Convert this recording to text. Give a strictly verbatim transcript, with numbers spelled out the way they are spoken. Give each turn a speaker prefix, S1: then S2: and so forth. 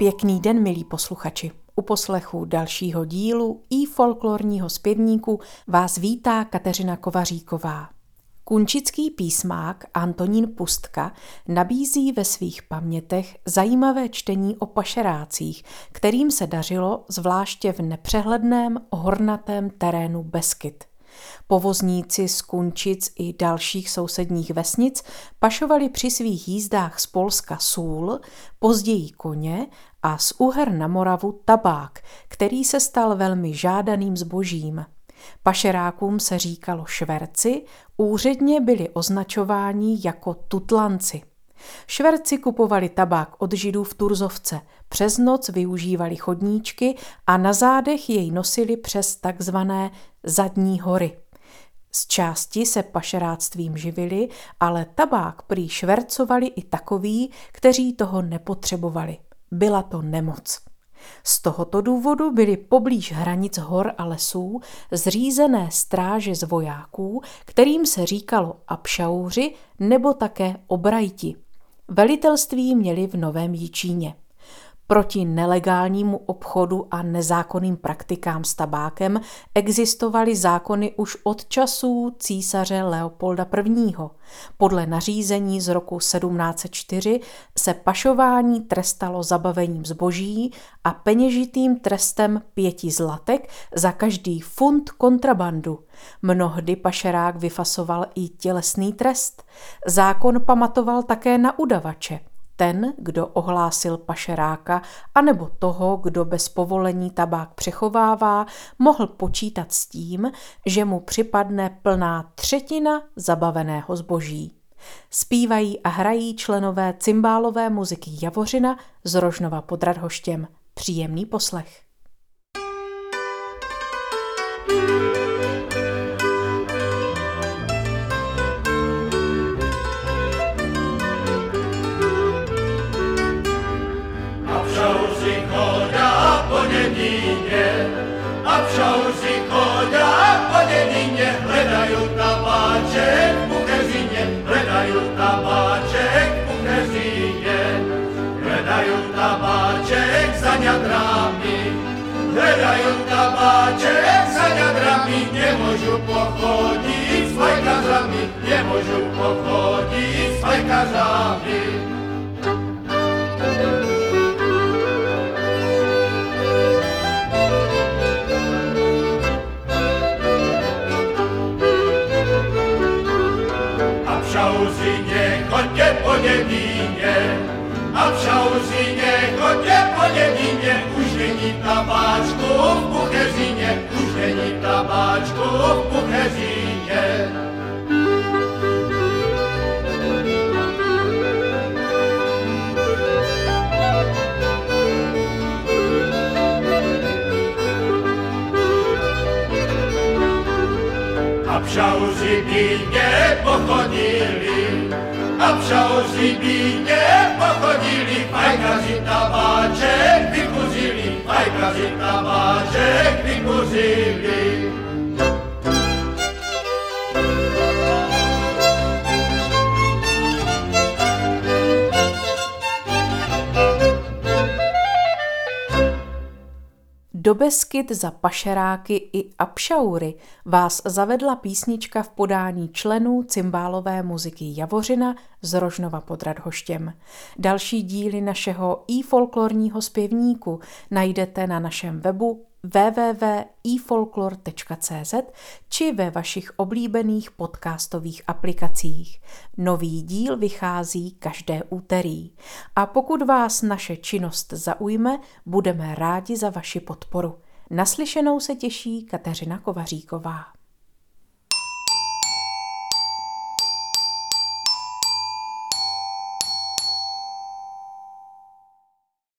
S1: Pěkný den, milí posluchači. U poslechu dalšího dílu i folklorního zpěvníku vás vítá Kateřina Kovaříková. Kunčický písmák Antonín Pustka nabízí ve svých pamětech zajímavé čtení o pašerácích, kterým se dařilo zvláště v nepřehledném hornatém terénu Beskyd. Povozníci z Kunčic i dalších sousedních vesnic pašovali při svých jízdách z Polska sůl, později koně a z Uher na Moravu tabák, který se stal velmi žádaným zbožím. Pašerákům se říkalo šverci, úředně byli označováni jako tutlanci. Šverci kupovali tabák od Židů v Turzovce, přes noc využívali chodníčky a na zádech jej nosili přes takzvané zadní hory. Z části se pašeráctvím živili, ale tabák prý švercovali i takoví, kteří toho nepotřebovali. Byla to nemoc. Z tohoto důvodu byly poblíž hranic hor a lesů zřízené stráže z vojáků, kterým se říkalo abšauři nebo také obrajti. Velitelství měli v Novém Jičíně. Proti nelegálnímu obchodu a nezákonným praktikám s tabákem existovaly zákony už od časů císaře Leopolda prvního. Podle nařízení z roku sedmnáct set čtyři se pašování trestalo zabavením zboží a peněžitým trestem pěti zlatek za každý funt kontrabandu. Mnohdy pašerák vyfasoval i tělesný trest. Zákon pamatoval také na udavače. Ten, kdo ohlásil pašeráka, anebo toho, kdo bez povolení tabák přechovává, mohl počítat s tím, že mu připadne plná třetina zabaveného zboží. Zpívají a hrají členové cymbálové muziky Javořina z Rožnova pod Radhoštěm. Příjemný poslech.
S2: Abšauři chodá po dědině, hledají tabáček v kucheřině, hledají tabáček v kucheřině, hledají tabáček za ňadrami, hledají tabáček za ňadrami, nemůžu pochodit s fajkařami, nemůžu pochodit s fajkařami. Abšauřině, chodě po dědině, abšauřině, chodě po dědině, už není tabáčku v kucheřině, už není tabáčku v kucheřině. Abšauři by mě pochodili, abšauři by mě pochodili, fajkaři tabáček vykuřili, fajkaři tabáček vykuřili.
S1: Do Beskyd za pašeráky i abšaury vás zavedla písnička v podání členů cymbálové muziky Javořina z Rožnova pod Radhoštěm. Další díly našeho i folklorního zpěvníku najdete na našem webu w w w tečka i folklor tečka c z či ve vašich oblíbených podcastových aplikacích. Nový díl vychází každé úterý. A pokud vás naše činnost zaujme, budeme rádi za vaši podporu. Naslyšenou se těší Kateřina Kovaříková.